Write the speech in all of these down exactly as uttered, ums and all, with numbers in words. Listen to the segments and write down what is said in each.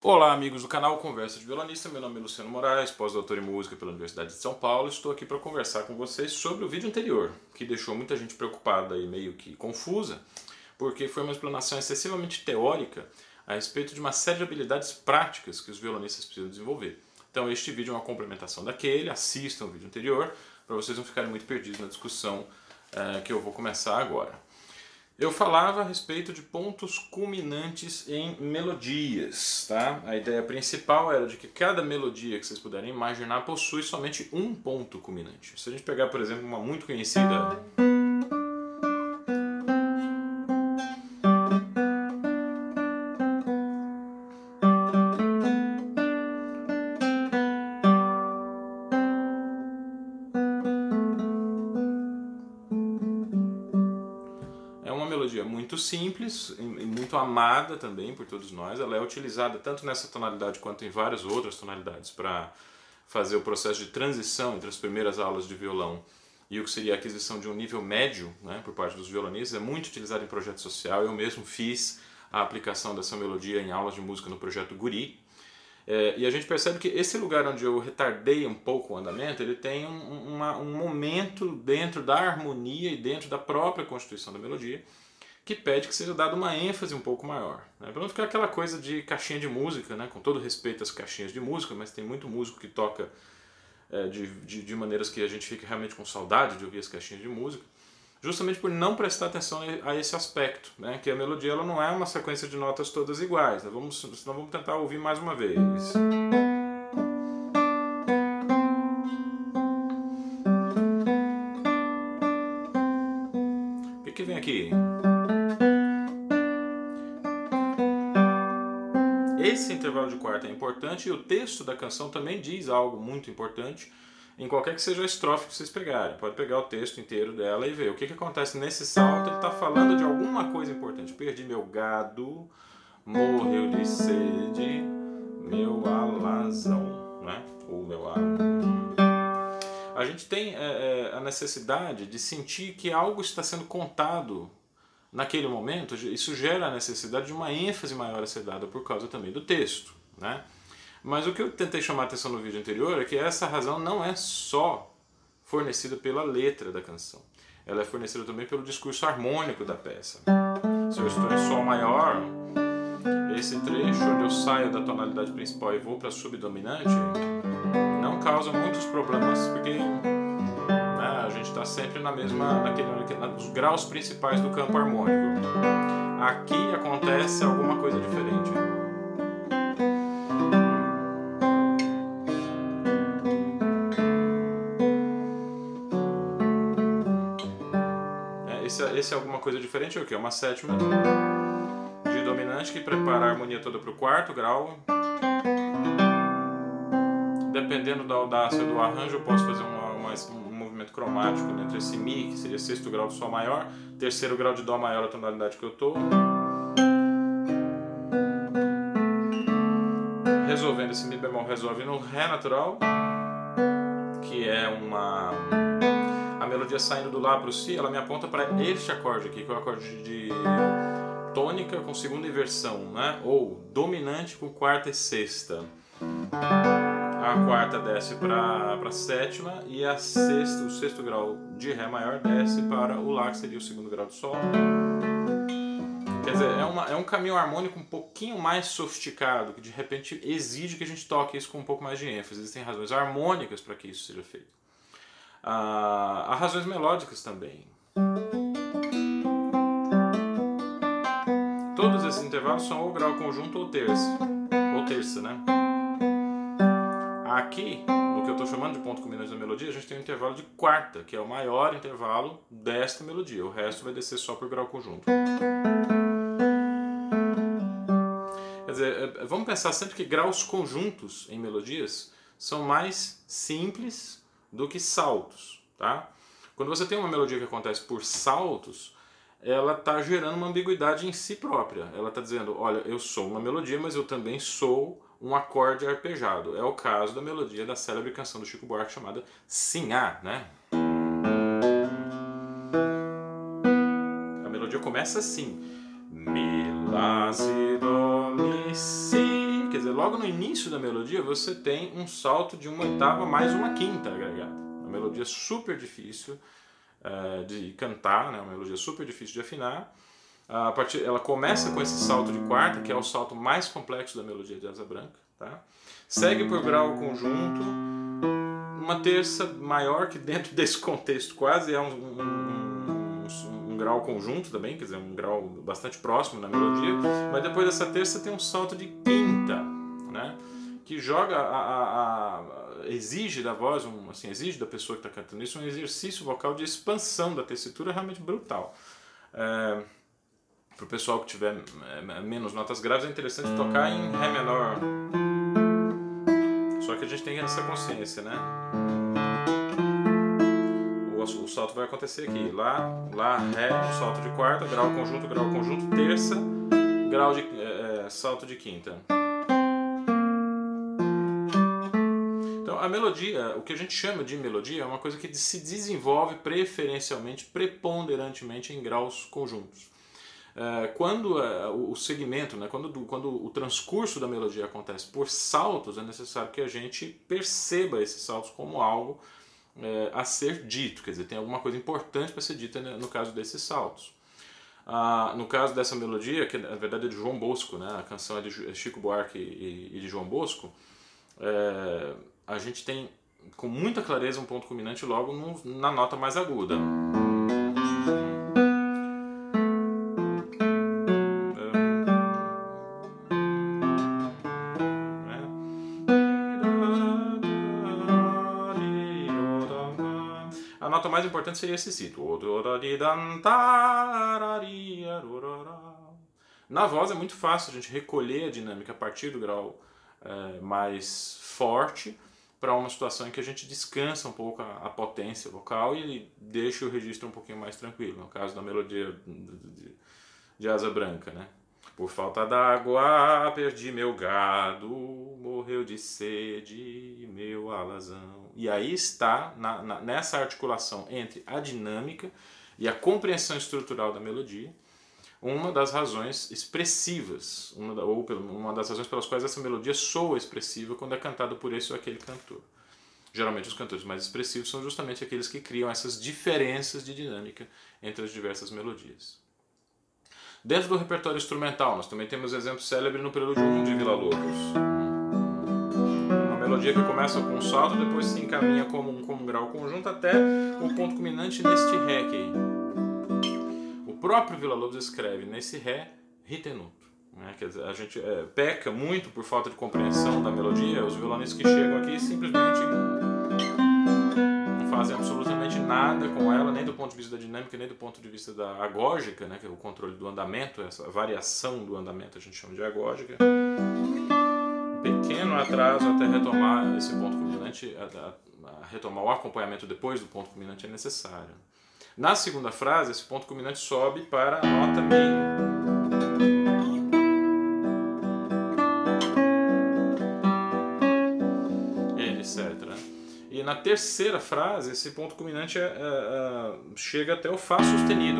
Olá, amigos do canal Conversa de Violonista. Meu nome é Luciano Moraes, pós-doutor em música pela Universidade de São Paulo. Estou aqui para conversar com vocês sobre o vídeo anterior, que deixou muita gente preocupada e meio que confusa, porque foi uma explanação excessivamente teórica a respeito de uma série de habilidades práticas que os violonistas precisam desenvolver. Então este vídeo é uma complementação daquele, assistam o vídeo anterior, para vocês não ficarem muito perdidos na discussão uh, que eu vou começar agora. Eu falava a respeito de pontos culminantes em melodias, tá? A ideia principal era de que cada melodia que vocês puderem imaginar possui somente um ponto culminante. Se a gente pegar, por exemplo, uma muito conhecida... muito simples e muito amada também por todos nós. Ela é utilizada tanto nessa tonalidade quanto em várias outras tonalidades para fazer o processo de transição entre as primeiras aulas de violão e o que seria a aquisição de um nível médio, né, por parte dos violonistas. É muito utilizada em projeto social. Eu mesmo fiz a aplicação dessa melodia em aulas de música no projeto Guri. É, e a gente percebe que esse lugar onde eu retardei um pouco o andamento, ele tem um, uma, um momento dentro da harmonia e dentro da própria constituição da melodia que pede que seja dada uma ênfase um pouco maior, né? Para não ficar aquela coisa de caixinha de música, né? Com todo respeito às caixinhas de música, mas tem muito músico que toca é, de, de, de maneiras que a gente fica realmente com saudade de ouvir as caixinhas de música, justamente por não prestar atenção a esse aspecto, né? Que a melodia ela não é uma sequência de notas todas iguais, né? Vamos, senão vamos tentar ouvir mais uma vez. O que, que vem aqui? Esse intervalo de quarta é importante e o texto da canção também diz algo muito importante em qualquer que seja a estrofe que vocês pegarem. Pode pegar o texto inteiro dela e ver o que, que acontece nesse salto. Ele está falando de alguma coisa importante. Perdi meu gado, morreu de sede, meu alazão, né? Ou meu alazão. A gente tem é, a necessidade de sentir que algo está sendo contado naquele momento. Isso gera a necessidade de uma ênfase maior a ser dada por causa também do texto, né? Mas o que eu tentei chamar a atenção no vídeo anterior é que essa razão não é só fornecida pela letra da canção. Ela é fornecida também pelo discurso harmônico da peça. Se eu estou em Sol maior, esse trecho onde eu saio da tonalidade principal e vou para subdominante não causa muitos problemas, porque a gente está sempre na mesma, naquele, nos graus principais do campo harmônico. Aqui acontece alguma coisa diferente. É, esse, esse é alguma coisa diferente é o quê? Uma sétima de dominante que prepara a harmonia toda para o quarto grau. Dependendo da audácia do arranjo, eu posso fazer uma, uma, um movimento cromático entre esse Mi, que seria sexto grau de Sol maior, terceiro grau de Dó maior, a tonalidade que eu estou. Resolvendo esse Mi bemol, resolve no Ré natural, que é uma... A melodia saindo do Lá para o Si, ela me aponta para este acorde aqui, que é o acorde de tônica com segunda inversão, né? Ou dominante com quarta e sexta. A quarta desce para a sétima e a sexta, o sexto grau de Ré maior desce para o Lá, que seria o segundo grau de Sol. Quer dizer, é, uma, é um caminho harmônico um pouquinho mais sofisticado, que de repente exige que a gente toque isso com um pouco mais de ênfase. Existem razões harmônicas para que isso seja feito. Ah, há razões melódicas também. Todos esses intervalos são ou grau conjunto ou terça, ou terça, né? Aqui, no que eu estou chamando de ponto culminante da melodia, a gente tem um intervalo de quarta, que é o maior intervalo desta melodia. O resto vai descer só por grau conjunto. Quer dizer, vamos pensar sempre que graus conjuntos em melodias são mais simples do que saltos, tá? Quando você tem uma melodia que acontece por saltos, ela está gerando uma ambiguidade em si própria. Ela está dizendo, olha, eu sou uma melodia, mas eu também sou um acorde arpejado. É o caso da melodia da célebre canção do Chico Buarque chamada Sinhá, né? A melodia começa assim: Mi, Lá, Si, Dó, Mi, Si. Quer dizer, logo no início da melodia você tem um salto de uma oitava mais uma quinta agregada. Uma melodia super difícil uh, de cantar, né? Uma melodia super difícil de afinar. A partir, ela começa com esse salto de quarta, que é o salto mais complexo da melodia de Asa Branca. Tá? Segue por grau conjunto, uma terça maior, que dentro desse contexto quase é um, um, um, um grau conjunto também, quer dizer, um grau bastante próximo na melodia, mas depois dessa terça tem um salto de quinta, né? Que joga, a, a, a, exige da voz, um, assim, exige da pessoa que está cantando isso um exercício vocal de expansão da tessitura realmente brutal. É, para o pessoal que tiver menos notas graves é interessante tocar em Ré menor. Só que a gente tem essa consciência, né? O, o salto vai acontecer aqui. Lá, Lá, Ré, um salto de quarta, grau conjunto, grau conjunto, terça, grau de é, salto de quinta. Então a melodia, o que a gente chama de melodia é uma coisa que se desenvolve preferencialmente, preponderantemente em graus conjuntos. Quando o segmento, né, quando, quando o transcurso da melodia acontece por saltos, é necessário que a gente perceba esses saltos como algo é, a ser dito, quer dizer, tem alguma coisa importante para ser dita no caso desses saltos. Ah, no caso dessa melodia, que na verdade é de João Bosco, né, a canção é de Chico Buarque e, e de João Bosco, é, a gente tem com muita clareza um ponto culminante logo no, na nota mais aguda. A nota mais importante seria esse cito. Na voz é muito fácil a gente recolher a dinâmica a partir do grau é, mais forte para uma situação em que a gente descansa um pouco a, a potência vocal e deixa o registro um pouquinho mais tranquilo. No caso da melodia de, de Asa Branca, né? Por falta d'água perdi meu gado, morreu de sede meu alazão. E aí está, na, na, nessa articulação entre a dinâmica e a compreensão estrutural da melodia, uma das razões expressivas, uma, da, ou uma das razões pelas quais essa melodia soa expressiva quando é cantada por esse ou aquele cantor. Geralmente os cantores mais expressivos são justamente aqueles que criam essas diferenças de dinâmica entre as diversas melodias. Dentro do repertório instrumental, nós também temos exemplo célebre no Prelúdio um de Villa-Lobos. Uma melodia que começa com um salto, depois se encaminha como um, como um grau conjunto até o ponto culminante neste Ré aqui. O próprio Villa-Lobos escreve nesse Ré ritenuto. Né? Quer dizer, a gente é, peca muito por falta de compreensão da melodia. Os violonistas que chegam aqui simplesmente não fazem absolutamente nada com ela, nem do ponto de vista da dinâmica, nem do ponto de vista da agógica, né, que é o controle do andamento, essa variação do andamento a gente chama de agógica. Um pequeno atraso até retomar esse ponto culminante, a, a, a retomar o acompanhamento depois do ponto culminante é necessário. Na segunda frase, esse ponto culminante sobe para a nota Mi. E na terceira frase, esse ponto culminante é, é, é, chega até o Fá sustenido.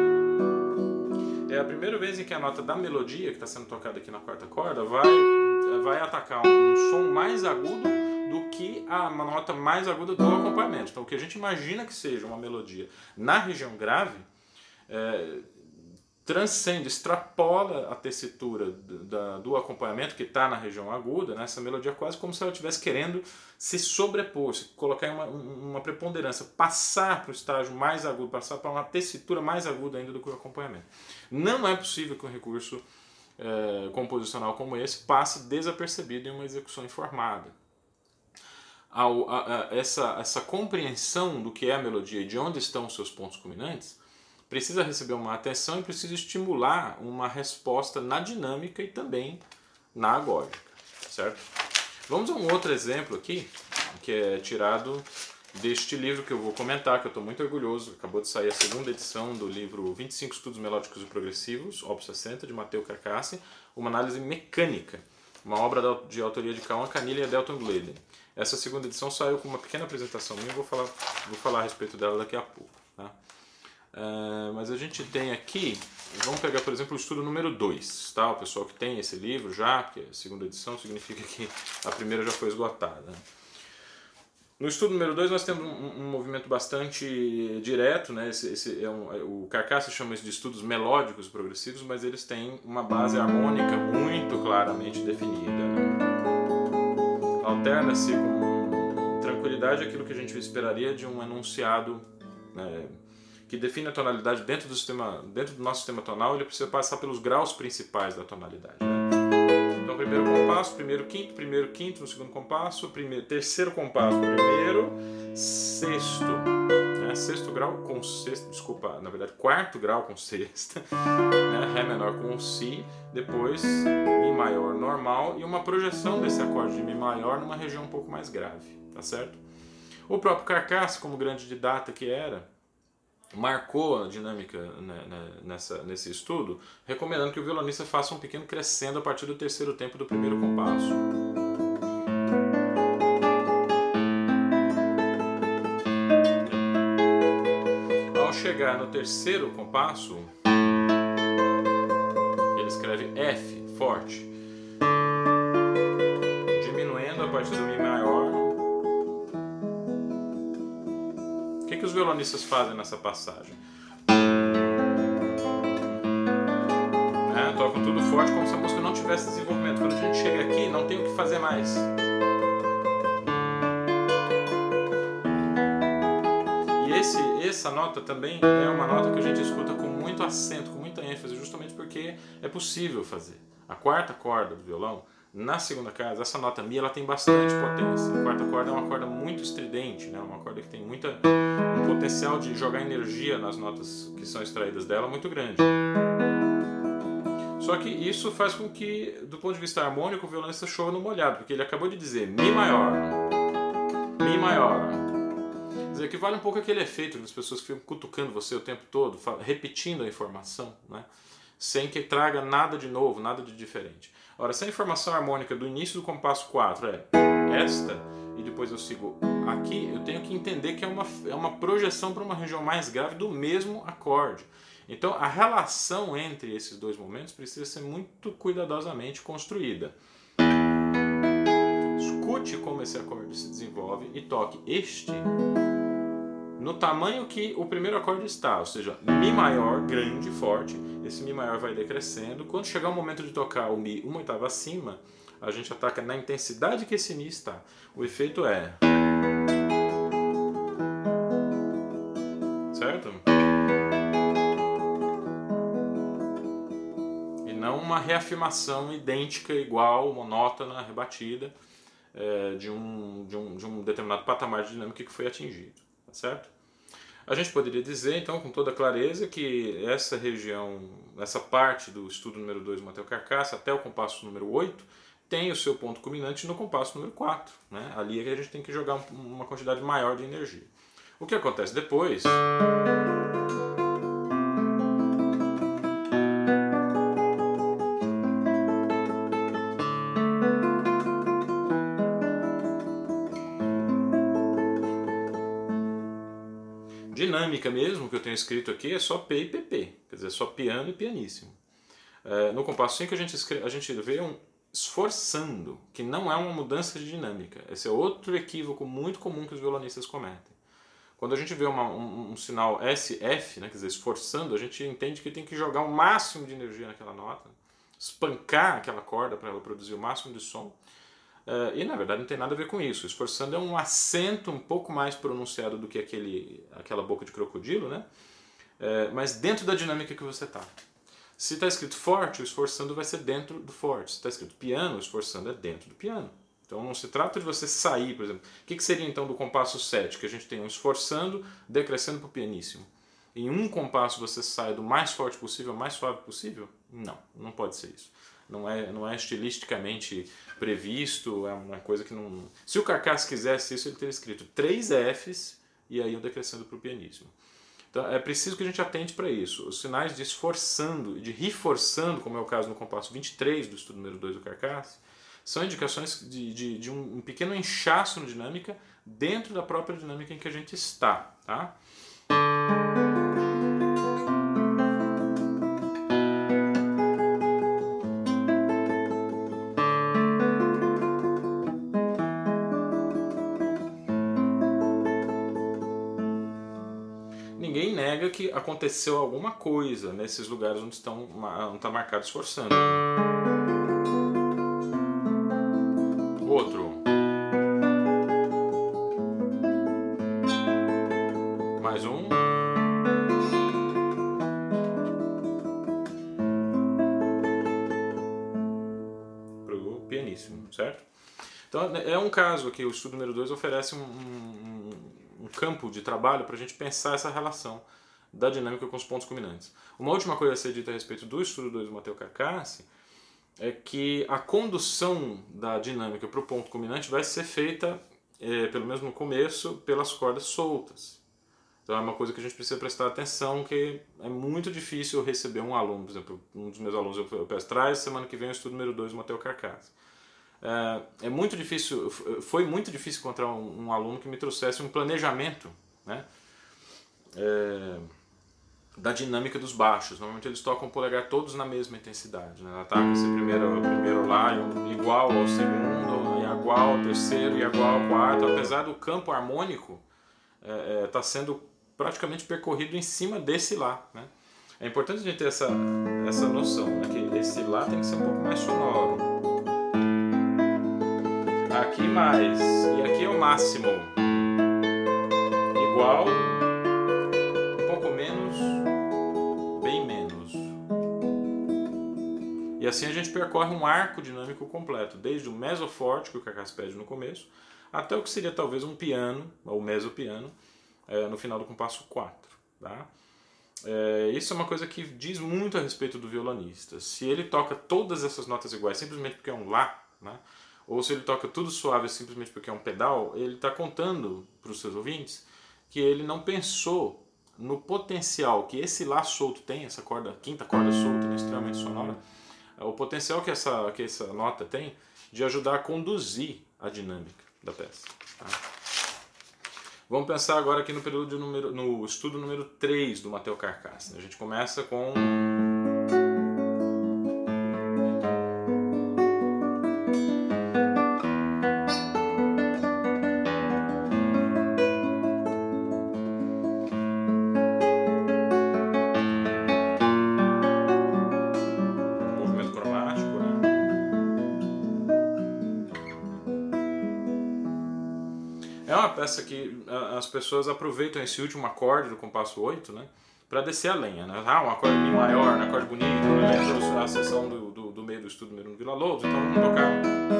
É a primeira vez em que a nota da melodia, que está sendo tocada aqui na quarta corda, vai, vai atacar um, um som mais agudo do que a nota mais aguda do acompanhamento. Então o que a gente imagina que seja uma melodia na região grave, é, transcende, extrapola a tessitura do, da, do acompanhamento que está na região aguda, né? Essa melodia é quase como se ela estivesse querendo se sobrepor, se colocar em uma, uma preponderância, passar para o estágio mais agudo, passar para uma tessitura mais aguda ainda do que o acompanhamento. Não é possível que um recurso é, composicional como esse passe desapercebido em uma execução informada. A, a, a, essa, essa compreensão do que é a melodia e de onde estão os seus pontos culminantes precisa receber uma atenção e precisa estimular uma resposta na dinâmica e também na agógica, certo? Vamos a um outro exemplo aqui, que é tirado deste livro que eu vou comentar, que eu estou muito orgulhoso. Acabou de sair a segunda edição do livro vinte e cinco Estudos Melódicos e Progressivos, Opus sessenta, de Matteo Carcassi, uma análise mecânica, uma obra de autoria de Kawan Canilla e Adelton Gladen. Essa segunda edição saiu com uma pequena apresentação minha, eu vou falar, vou falar a respeito dela daqui a pouco, tá? Uh, mas a gente tem aqui vamos pegar, por exemplo, o estudo número dois, tá? O pessoal que tem esse livro já, porque a segunda edição significa que a primeira já foi esgotada, né? No estudo número dois nós temos um, um movimento bastante direto, né? Esse, esse é um, o Carcaça chama isso de estudos melódicos e progressivos, mas eles têm uma base harmônica muito claramente definida, né? Alterna-se com tranquilidade aquilo que a gente esperaria de um enunciado, né, que define a tonalidade dentro do, sistema, dentro do nosso sistema tonal. Ele precisa passar pelos graus principais da tonalidade, né? Então, primeiro compasso, primeiro quinto, primeiro quinto no segundo compasso, primeiro, terceiro compasso, primeiro, sexto, né? Sexto grau com sexto, desculpa, na verdade, quarto grau com sexta, né? Ré menor com Si, depois Mi maior normal e uma projeção desse acorde de Mi maior numa região um pouco mais grave, tá certo? O próprio Carcaça, como grande didata que era, marcou a dinâmica, né, nessa, nesse estudo, recomendando que o violonista faça um pequeno crescendo a partir do terceiro tempo do primeiro compasso. Ao chegar no terceiro compasso, ele escreve F, forte, diminuindo a partir do Mi maior. O que, que os violonistas fazem nessa passagem? É, tocam tudo forte como se a música não tivesse desenvolvimento. Quando a gente chega aqui, não tem o que fazer mais. E esse, essa nota também é uma nota que a gente escuta com muito acento, com muita ênfase, justamente porque é possível fazer. A quarta corda do violão, na segunda casa, essa nota Mi, ela tem bastante potência. A quarta corda é uma corda muito estridente, né? Uma corda que tem muita, um potencial de jogar energia nas notas que são extraídas dela muito grande. Só que isso faz com que, do ponto de vista harmônico, o violonista chova no molhado, porque ele acabou de dizer Mi maior, Mi maior. Quer dizer, que vale um pouco aquele efeito das pessoas que ficam cutucando você o tempo todo, repetindo a informação, né? Sem que traga nada de novo, nada de diferente. Ora, se a informação harmônica do início do compasso quatro é esta, e depois eu sigo aqui, eu tenho que entender que é uma, é uma projeção para uma região mais grave do mesmo acorde. Então, a relação entre esses dois momentos precisa ser muito cuidadosamente construída. Escute como esse acorde se desenvolve e toque este no tamanho que o primeiro acorde está, ou seja, Mi maior, grande, forte. Esse Mi maior vai decrescendo. Quando chegar o momento de tocar o Mi uma oitava acima, a gente ataca na intensidade que esse Mi está. O efeito é... certo? E não uma reafirmação idêntica, igual, monótona, rebatida, é, de, um, de, um, de um determinado patamar de dinâmica que foi atingido. Tá certo? A gente poderia dizer, então, com toda clareza, que essa região, essa parte do estudo número dois do Matteo Carcaça, até o compasso número oito, tem o seu ponto culminante no compasso número quatro. Né? Ali é que a gente tem que jogar uma quantidade maior de energia. O que acontece depois... dinâmica mesmo, que eu tenho escrito aqui, é só P e P P, quer dizer, só piano e pianíssimo. É, no compasso cinco a gente, escreve, a gente vê um esforçando, que não é uma mudança de dinâmica. Esse é outro equívoco muito comum que os violonistas cometem. Quando a gente vê uma, um, um sinal S F, né, quer dizer, esforçando, a gente entende que tem que jogar o máximo de energia naquela nota, espancar aquela corda para ela produzir o máximo de som. Uh, e na verdade não tem nada a ver com isso. Esforçando é um acento um pouco mais pronunciado do que aquele, aquela boca de crocodilo, né? Uh, mas dentro da dinâmica que você está. Se está escrito forte, o esforçando vai ser dentro do forte. Se está escrito piano, o esforçando é dentro do piano. Então não se trata de você sair, por exemplo. O que, que seria então do compasso sete? Que a gente tem um esforçando decrescendo para o pianíssimo. Em um compasso você sai do mais forte possível ao mais suave possível? Não, não pode ser isso. Não é, não é estilisticamente previsto, é uma coisa que não... Se o Carcaça quisesse isso, ele teria escrito três Fs e aí o decrescendo para o pianíssimo. Então é preciso que a gente atente para isso. Os sinais de esforçando e de reforçando, como é o caso no compasso vinte e três do estudo número dois do Carcaça, são indicações de, de, de um, um pequeno inchaço na dinâmica dentro da própria dinâmica em que a gente está. Tá? ninguém nega que aconteceu alguma coisa nesses lugares onde estão, onde está marcado esforçando. Outro. Mais um. Pro pianíssimo, certo? Então é um caso que o estudo número dois oferece um, um, um campo de trabalho para a gente pensar essa relação da dinâmica com os pontos culminantes. Uma última coisa a ser dita a respeito do estudo dois do Matteo Carcassi é que a condução da dinâmica para o ponto culminante vai ser feita, é, pelo menos no começo, pelas cordas soltas. Então é uma coisa que a gente precisa prestar atenção, que é muito difícil eu receber um aluno, por exemplo, um dos meus alunos eu peço, traz, semana que vem o estudo número dois do Matteo Carcassi. É, é muito difícil, foi muito difícil encontrar um, um aluno que me trouxesse um planejamento, né, é, da dinâmica dos baixos. Normalmente eles tocam o polegar todos na mesma intensidade, né? Ataca esse primeiro, primeiro lá igual ao segundo, e igual ao terceiro, e igual ao quarto, apesar do campo harmônico estar é, é, tá sendo praticamente percorrido em cima desse lá, né? É importante a gente ter essa, essa noção, né, que esse lá tem que ser um pouco mais sonoro. Aqui mais, e aqui é o máximo. Igual, um pouco menos, bem menos. E assim a gente percorre um arco dinâmico completo, desde o mesoforte, que o Carcassi pede no começo, até o que seria talvez um piano, ou mesopiano, é, no final do compasso quatro. Tá? É, isso é uma coisa que diz muito a respeito do violonista. Se ele toca todas essas notas iguais simplesmente porque é um Lá, né? Ou se ele toca tudo suave simplesmente porque é um pedal, ele está contando para os seus ouvintes que ele não pensou no potencial que esse Lá solto tem, essa corda, quinta corda solta, né, extremamente sonora, o potencial que essa, que essa nota tem de ajudar a conduzir a dinâmica da peça. Tá? Vamos pensar agora aqui no, período número, no estudo número três do Matteo Carcassi. A gente começa com... É uma peça que as pessoas aproveitam esse último acorde do compasso oito, né, para descer a lenha, né? Ah, um acorde Mi maior, um acorde bonito, né? A sessão do, do, do meio do estudo número um do Villa-Lobos, então vamos tocar.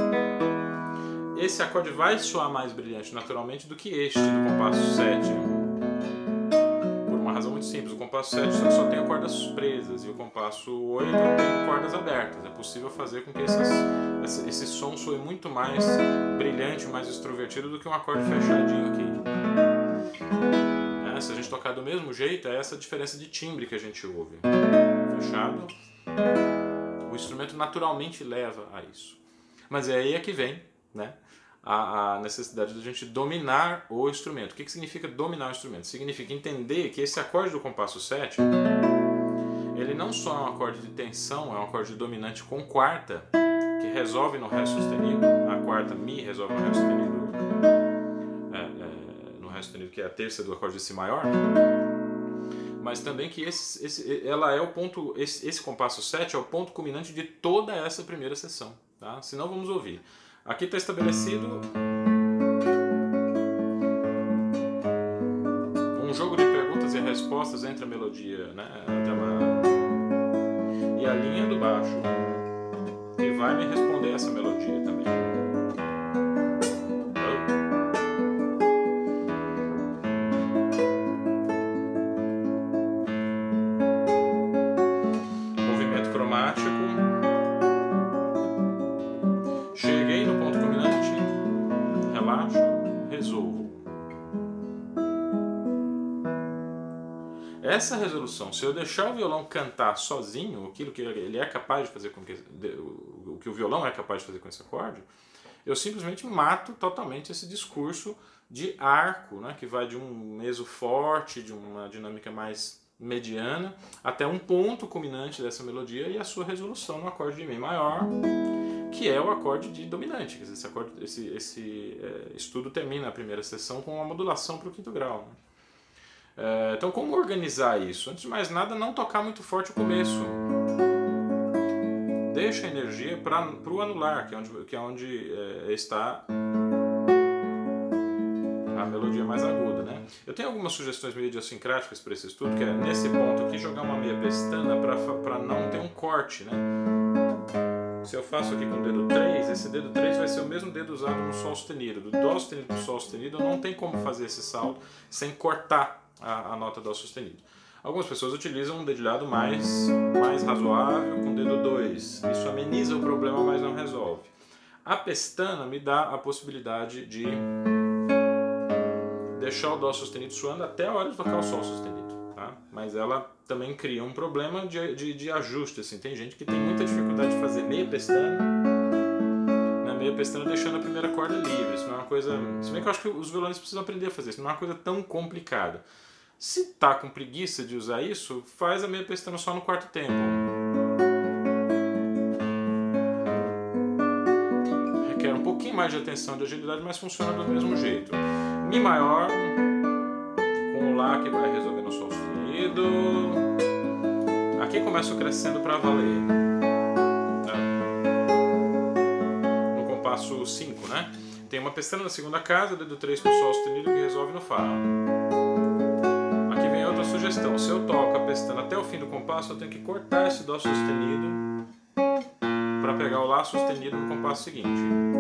Esse acorde vai soar mais brilhante naturalmente do que este do compasso sete. Por uma razão muito simples, o compasso sete só, só tem cordas presas e o compasso oito tem cordas abertas. É possível fazer com que essas, esse, esse som soe muito mais brilhante, mais extrovertido do que um acorde fechadinho aqui. É, se a gente tocar do mesmo jeito, é essa a diferença de timbre que a gente ouve. Fechado, o instrumento naturalmente leva a isso. Mas é aí é que vem, né, a, a necessidade de a gente dominar o instrumento. O que, que significa dominar o instrumento? Significa entender que esse acorde do compasso sete, ele não só é um acorde de tensão, é um acorde dominante com quarta, que resolve no Ré sustenido, a quarta Mi resolve no Ré sustenido, é, é, no Ré sustenido, que é a terça do acorde de Si maior, mas também que esse, esse, ela é o ponto, esse, esse compasso sete é o ponto culminante de toda essa primeira sessão. Tá? Se não, vamos ouvir. Aqui está estabelecido um jogo de perguntas e respostas entre a melodia, né, e a linha do baixo, que vai me responder essa melodia também. Movimento cromático. Cheguei no ponto culminante, relaxo, resolvo. Essa resolução, se eu deixar o violão cantar sozinho, aquilo que ele é capaz de fazer com que, o que o violão é capaz de fazer com esse acorde, eu simplesmente mato totalmente esse discurso de arco, né, que vai de um meso forte, de uma dinâmica mais mediana, até um ponto culminante dessa melodia e a sua resolução no acorde de Mi maior, que é o acorde de dominante. Quer dizer, esse, acorde, esse, esse é, estudo termina a primeira sessão com uma modulação para o quinto grau, né? É, então, como organizar isso? Antes de mais nada, não tocar muito forte o começo. Deixa a energia para o anular, que é onde, que é onde é, está a melodia mais aguda, né? Eu tenho algumas sugestões meio idiosincráticas para esse estudo, que é nesse ponto aqui jogar uma meia pestana para não ter um corte, né? Se eu faço aqui com o dedo três, esse dedo três vai ser o mesmo dedo usado no Sol sustenido. Do Dó sustenido para o Sol sustenido, não tem como fazer esse salto sem cortar a, a nota Dó sustenido. Algumas pessoas utilizam um dedilhado mais, mais razoável com o dedo dois. Isso ameniza o problema, mas não resolve. A pestana me dá a possibilidade de deixar o Dó sustenido suando até a hora de tocar o Sol sustenido. Tá? Mas ela também cria um problema de, de, de ajuste. Assim. Tem gente que tem muita dificuldade de fazer meia pestana na meia pestana deixando a primeira corda livre. Isso não é uma coisa... Se bem que eu acho que os violonistas precisam aprender a fazer isso. Não é uma coisa tão complicada. Se tá com preguiça de usar isso, faz a meia pestana só no quarto tempo. Requer um pouquinho mais de atenção e de agilidade, mas funciona do mesmo jeito. Mi maior, com o Lá que vai resolver no Sol sustenido. Aqui começa o crescendo para valer. Tá? No compasso cinco, né? Tem uma pestana na segunda casa, dedo três para o Sol sustenido que resolve no Fá. Aqui vem outra sugestão. Se eu toco a pestana até o fim do compasso, eu tenho que cortar esse Dó sustenido para pegar o Lá sustenido no compasso seguinte.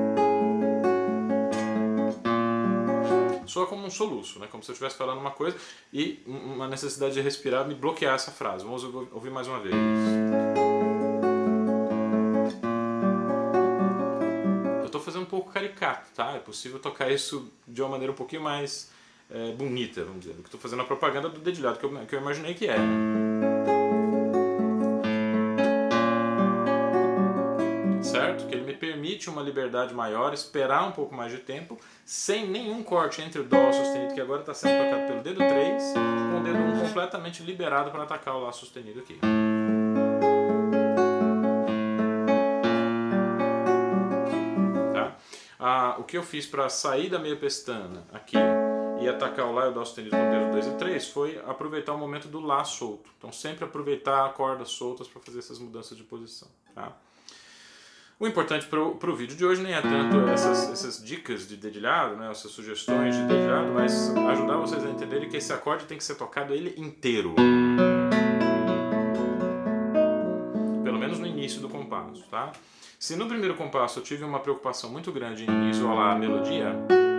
Soa como um soluço, né? Como se eu estivesse falando uma coisa e uma necessidade de respirar me bloquear essa frase. Vamos ouvir mais uma vez. Eu estou fazendo um pouco caricato, tá? É possível tocar isso de uma maneira um pouquinho mais é, bonita, vamos dizer. Estou fazendo a propaganda do dedilhado que eu, que eu imaginei que é. Certo? Que ele me permite uma liberdade maior, esperar um pouco mais de tempo, sem nenhum corte entre o Dó sustenido, que agora está sendo tocado pelo dedo três, com o dedo um completamente liberado para atacar o Lá sustenido aqui. Tá? Ah, o que eu fiz para sair da meia pestana aqui e atacar o Lá e o Dó sustenido com o dedo dois e três foi aproveitar o momento do Lá solto. Então sempre aproveitar cordas soltas para fazer essas mudanças de posição. Tá? O importante para o vídeo de hoje nem é tanto essas, essas dicas de dedilhado, né, essas sugestões de dedilhado, mas ajudar vocês a entenderem que esse acorde tem que ser tocado ele inteiro. Pelo menos no início do compasso. Tá? Se no primeiro compasso eu tive uma preocupação muito grande em isolar a melodia,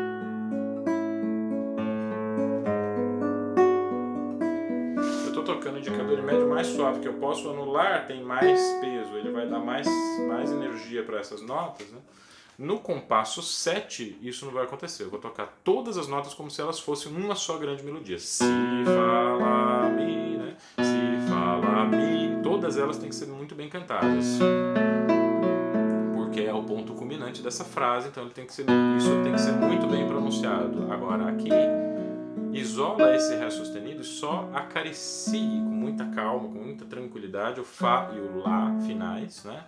tocando o indicador médio mais suave que eu posso, o anular tem mais peso, ele vai dar mais, mais energia para essas notas, né? No compasso sete isso não vai acontecer, eu vou tocar todas as notas como se elas fossem uma só grande melodia. Si, Fá, Lá, Mi, né? Si, Fá, Lá, Mi, todas elas têm que ser muito bem cantadas, porque é o ponto culminante dessa frase, então ele tem que ser, isso tem que ser muito bem pronunciado. Agora aqui isola esse Ré sustenido e só acaricie com muita calma, com muita tranquilidade o Fá e o Lá finais, né?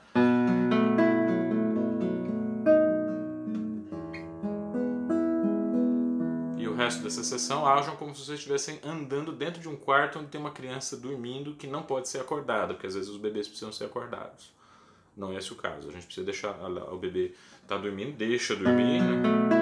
E o resto dessa sessão ajam como se vocês estivessem andando dentro de um quarto onde tem uma criança dormindo que não pode ser acordada, porque às vezes os bebês precisam ser acordados. Não é esse o caso, a gente precisa deixar o bebê tá dormindo, deixa dormir, né?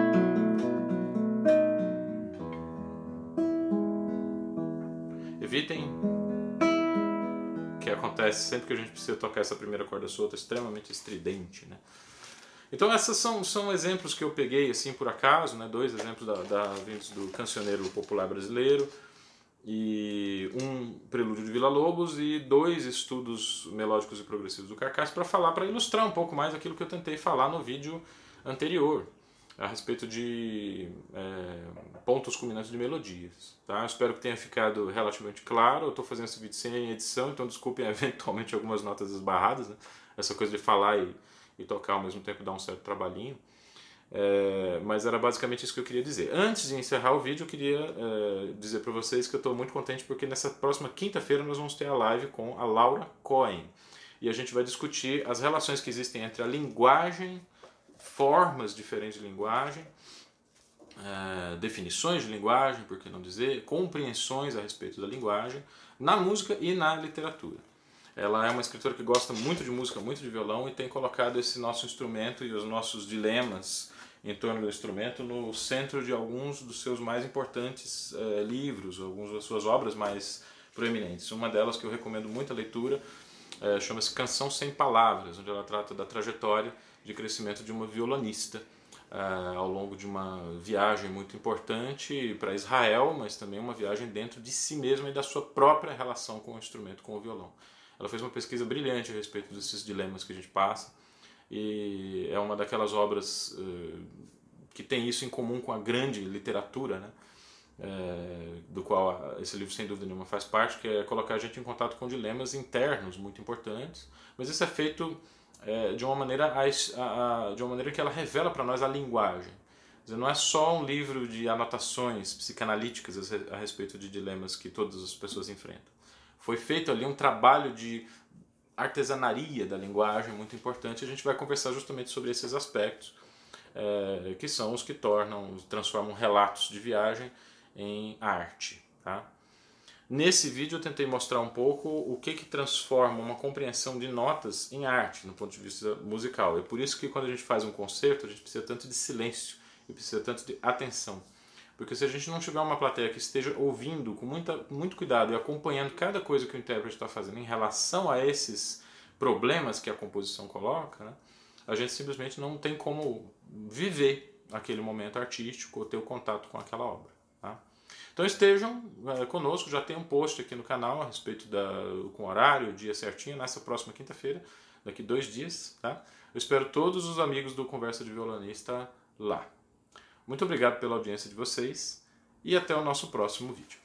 Evitem que acontece sempre que a gente precisa tocar essa primeira corda solta, extremamente estridente, né? Então essas são, são exemplos que eu peguei assim por acaso, né? Dois exemplos da, da, vindos do cancioneiro popular brasileiro, e um prelúdio de Villa-Lobos e dois estudos melódicos e progressivos do Carcasse para falar, para ilustrar um pouco mais aquilo que eu tentei falar no vídeo anterior a respeito de é, pontos culminantes de melodias. Tá? Eu espero que tenha ficado relativamente claro. Eu estou fazendo esse vídeo sem edição, então desculpem eventualmente algumas notas esbarradas, né? Essa coisa de falar e, e tocar ao mesmo tempo dá um certo trabalhinho. É, mas era basicamente isso que eu queria dizer. Antes de encerrar o vídeo, eu queria é, dizer para vocês que eu estou muito contente porque nessa próxima quinta-feira nós vamos ter a live com a Laura Cohen. E a gente vai discutir as relações que existem entre a linguagem, formas diferentes de linguagem é, definições de linguagem, por que não dizer, compreensões a respeito da linguagem, na música e na literatura. Ela é uma escritora que gosta muito de música, muito de violão, e tem colocado esse nosso instrumento e os nossos dilemas em torno do instrumento no centro de alguns dos seus mais importantes eh, livros, algumas das suas obras mais proeminentes. Uma delas que eu recomendo muito a leitura eh, chama-se Canção Sem Palavras, onde ela trata da trajetória de crescimento de uma violonista eh, ao longo de uma viagem muito importante para Israel, mas também uma viagem dentro de si mesma e da sua própria relação com o instrumento, com o violão. Ela fez uma pesquisa brilhante a respeito desses dilemas que a gente passa, e é uma daquelas obras uh, que tem isso em comum com a grande literatura, né? É, do qual esse livro sem dúvida nenhuma faz parte, que é colocar a gente em contato com dilemas internos muito importantes, mas isso é feito é, de uma maneira a, a, de uma maneira que ela revela para nós a linguagem. Quer dizer, não é só um livro de anotações psicanalíticas a respeito de dilemas que todas as pessoas enfrentam. Foi feito ali um trabalho de artesanaria da linguagem muito importante. A gente vai conversar justamente sobre esses aspectos, é, que são os que tornam, transformam relatos de viagem em arte. Tá? Nesse vídeo eu tentei mostrar um pouco o que, que transforma uma compreensão de notas em arte, no ponto de vista musical. É por isso que quando a gente faz um concerto, a gente precisa tanto de silêncio e precisa tanto de atenção. Porque se a gente não tiver uma plateia que esteja ouvindo com muita, muito cuidado e acompanhando cada coisa que o intérprete está fazendo em relação a esses problemas que a composição coloca, né, a gente simplesmente não tem como viver aquele momento artístico ou ter o contato com aquela obra. Tá? Então estejam é, conosco, já tem um post aqui no canal a respeito da, com horário, dia certinho, nessa próxima quinta-feira, daqui dois dias. Tá? Eu espero todos os amigos do Conversa de Violonista lá. Muito obrigado pela audiência de vocês e até o nosso próximo vídeo.